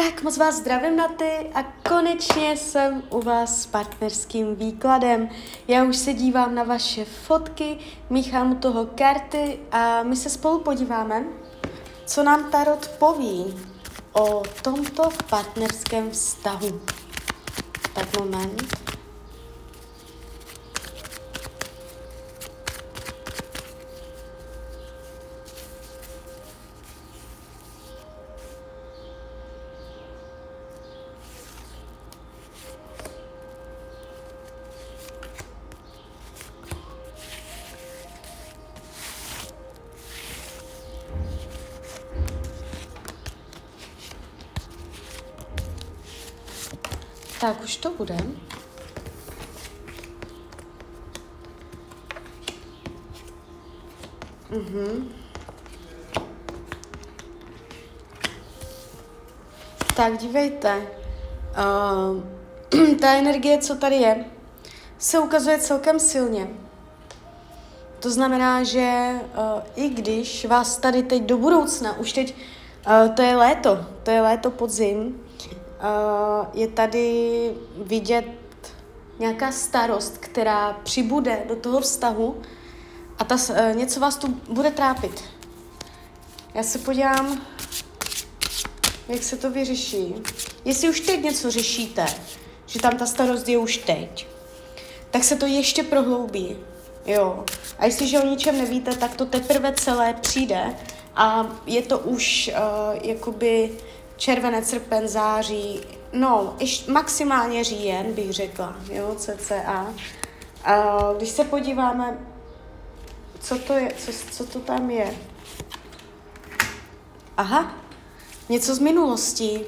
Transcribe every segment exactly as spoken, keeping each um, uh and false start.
Tak moc vás zdravím na ty a konečně jsem u vás s partnerským výkladem. Já už se dívám na vaše fotky, míchám u toho karty a my se spolu podíváme, co nám tarot poví o tomto partnerském vztahu. Tak moment. Tak už to bude. Mhm. Tak dívejte, uh, ta energie, co tady je, se ukazuje celkem silně. To znamená, že uh, i když vás tady teď do budoucna, už teď, uh, to je léto, to je léto, podzim, uh, je tady vidět nějaká starost, která přibude do toho vztahu a ta, uh, něco vás tu bude trápit. Já se podívám, jak se to vyřeší. Jestli už teď něco řešíte, že tam ta starost je už teď, tak se to ještě prohloubí. Jo. A jestliže o ničem nevíte, tak to teprve celé přijde a je to už uh, jakoby červenec, srpen, září, no, ještě maximálně říjen, bych řekla, jo, cca. Uh, když se podíváme, co to je, co, co to tam je. Aha, něco z minulosti.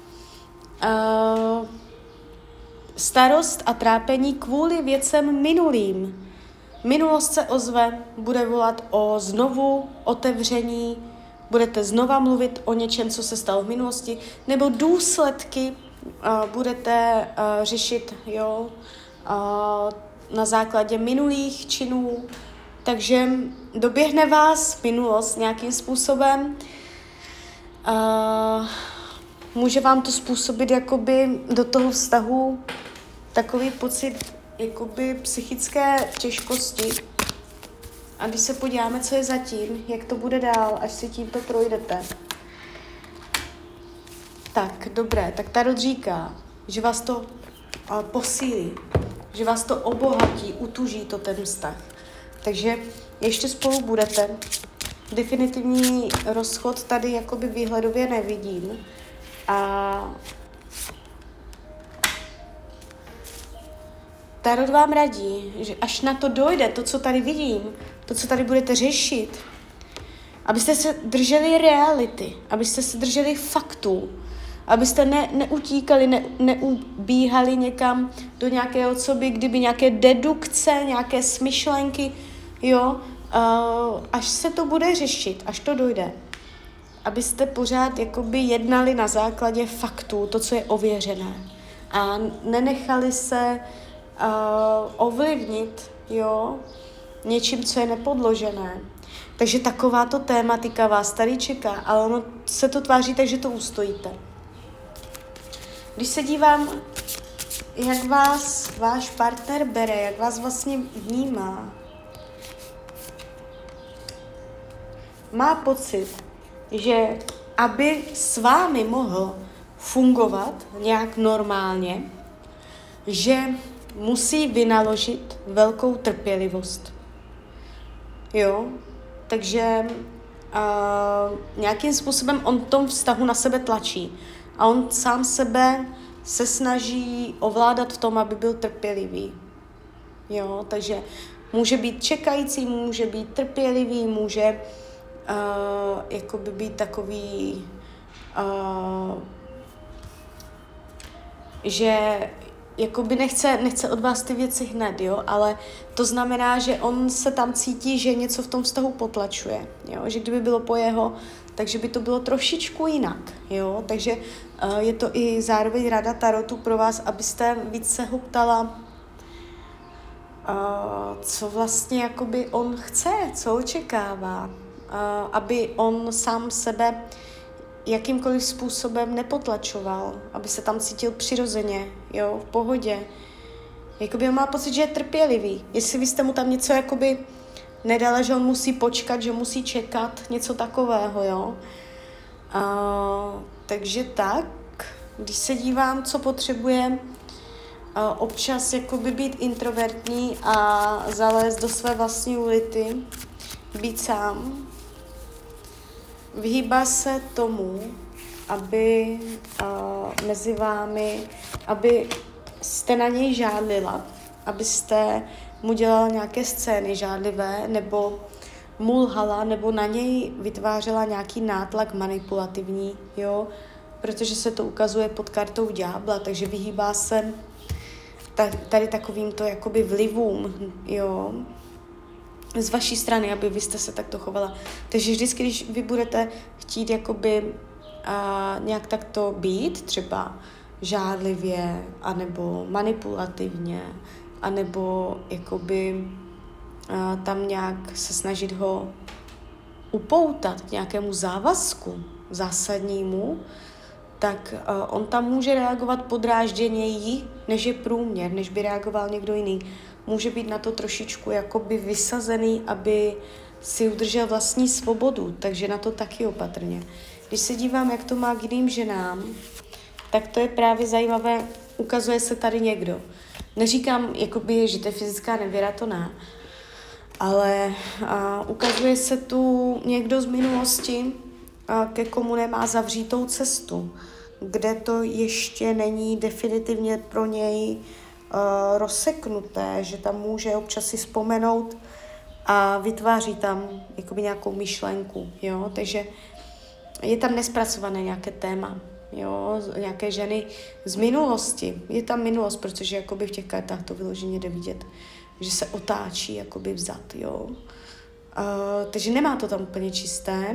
Uh, starost a trápení kvůli věcem minulým. Minulost se ozve, bude volat o znovu otevření, budete znova mluvit o něčem, co se stalo v minulosti, nebo důsledky uh, budete uh, řešit, jo, uh, na základě minulých činů. Takže doběhne vás minulost nějakým způsobem. Uh, může vám to způsobit jakoby do toho vztahu takový pocit jakoby psychické těžkosti. A když se podíváme, co je zatím, jak to bude dál, až si tímto projdete. Tak, dobré, tak tarot říká, že vás to uh, posílí, že vás to obohatí, utuží to ten vztah. Takže ještě spolu budete. Definitivní rozchod tady jakoby výhledově nevidím. A tarot vám radí, že až na to dojde, to, co tady vidím, to, co tady budete řešit, abyste se drželi reality, abyste se drželi faktů, abyste ne, neutíkali, ne, neubíhali někam do nějakého, co by, kdyby nějaké dedukce, nějaké smyšlenky, jo, uh, až se to bude řešit, až to dojde, abyste pořád jakoby jednali na základě faktů, to, co je ověřené a nenechali se Uh, ovlivnit, jo, něčím, co je nepodložené. Takže takováto tématika vás tady čeká, ale ono se to tváří tak, že to ustojíte. Když se dívám, jak vás váš partner bere, jak vás vlastně vnímá, má pocit, že aby s vámi mohl fungovat nějak normálně, že musí vynaložit velkou trpělivost. Jo, takže uh, nějakým způsobem on v tom vztahu na sebe tlačí a on sám sebe se snaží ovládat v tom, aby byl trpělivý. Jo, takže může být čekající, může být trpělivý, může uh, jakoby být takový, uh, že jakoby nechce, nechce od vás ty věci hned, jo, ale to znamená, že on se tam cítí, že něco v tom vztahu potlačuje, jo, že kdyby bylo po jeho, takže by to bylo trošičku jinak, jo, takže uh, je to i zároveň rada tarotu pro vás, abyste víc se ho ptala, uh, co vlastně jakoby on chce, co očekává, uh, aby on sám sebe jakýmkoliv způsobem nepotlačoval, aby se tam cítil přirozeně, jo, v pohodě. Jakoby on má pocit, že je trpělivý. Jestli vy jste mu tam něco jakoby nedala, že on musí počkat, že musí čekat, něco takového, jo. Uh, takže tak, když se dívám, co potřebuje, uh, občas jakoby být introvertní a zalézt do své vlastní ulity, být sám, vyhýbá se tomu, aby uh, mezi vámi, aby jste na něj žádlila, abyste mu dělala nějaké scény žádlivé, nebo mu lhala, nebo na něj vytvářela nějaký nátlak manipulativní, jo, protože se to ukazuje pod kartou ďábla, takže vyhýbá se tady takovýmto jakoby vlivům, jo, z vaší strany, aby vy jste se takto chovala. Takže vždycky, když vy budete chtít jakoby a, nějak takto být, třeba žádlivě, anebo manipulativně, anebo jakoby a, tam nějak se snažit ho upoutat k nějakému závazku zásadnímu, tak a, on tam může reagovat podrážděněji, než je průměr, než by reagoval někdo jiný. Může být na to trošičku jakoby vysazený, aby si udržel vlastní svobodu, takže na to taky opatrně. Když se dívám, jak to má k jiným ženám, tak to je právě zajímavé, ukazuje se tady někdo. Neříkám, jakoby, že to je fyzická nevěra, to ne, ale a, ukazuje se tu někdo z minulosti, a, ke komu nemá zavřítou cestu, kde to ještě není definitivně pro něj Uh, rozseknuté, že tam může občas si vzpomenout a vytváří tam jakoby nějakou myšlenku, jo, takže je tam nespracované nějaké téma, jo, nějaké ženy z minulosti, je tam minulost, protože jakoby v těch kartách to vyloženě jde vidět, že se otáčí jakoby vzad, jo, uh, takže nemá to tam úplně čisté.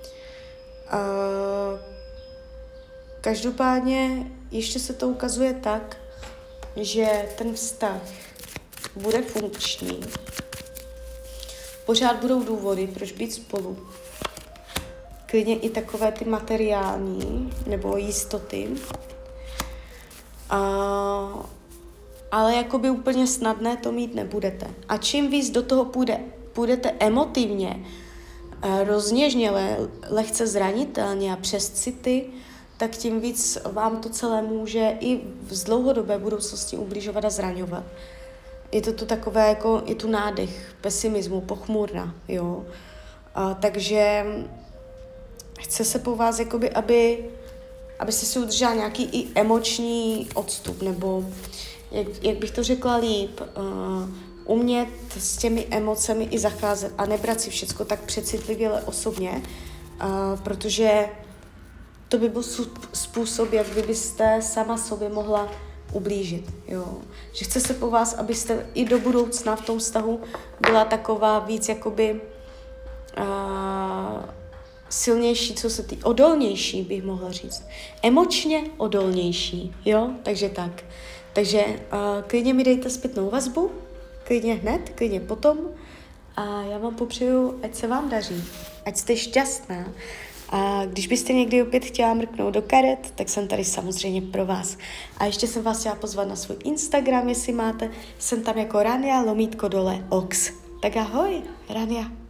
Uh, každopádně ještě se to ukazuje tak, že ten vztah bude funkční. Pořád budou důvody, proč být spolu. Klidně i takové ty materiální nebo jistoty. A, ale jakoby úplně snadné to mít nebudete. A čím víc do toho půjde, půjdete emotivně, rozněžněle, lehce zranitelně a přes city, tak tím víc vám to celé může i z dlouhodobé budoucnosti ubližovat a zraňovat. Je to tu takové, jako je tu nádech pesimismu, pochmurna, jo. A, takže chce se po vás, jakoby, aby, abyste si udržela nějaký i emoční odstup, nebo jak, jak bych to řekla líp, uh, umět s těmi emocemi i zacházet a nebrat si všecko tak přecitlivě, ale osobně, uh, protože to by byl způsob, jak vy byste sama sobě mohla ublížit, jo. Že chce se po vás, abyste i do budoucna v tom vztahu byla taková víc jakoby uh, silnější, co se tý, odolnější bych mohla říct. Emočně odolnější, jo, takže tak. Takže uh, klidně mi dejte zpětnou vazbu, klidně hned, klidně potom a já vám popřeju, ať se vám daří, ať jste šťastná. A když byste někdy opět chtěla mrknout do karet, tak jsem tady samozřejmě pro vás. A ještě jsem vás chtěla pozvat na svůj Instagram, jestli máte. Jsem tam jako Rania, lomítko dole, ox. Tak ahoj, Rania.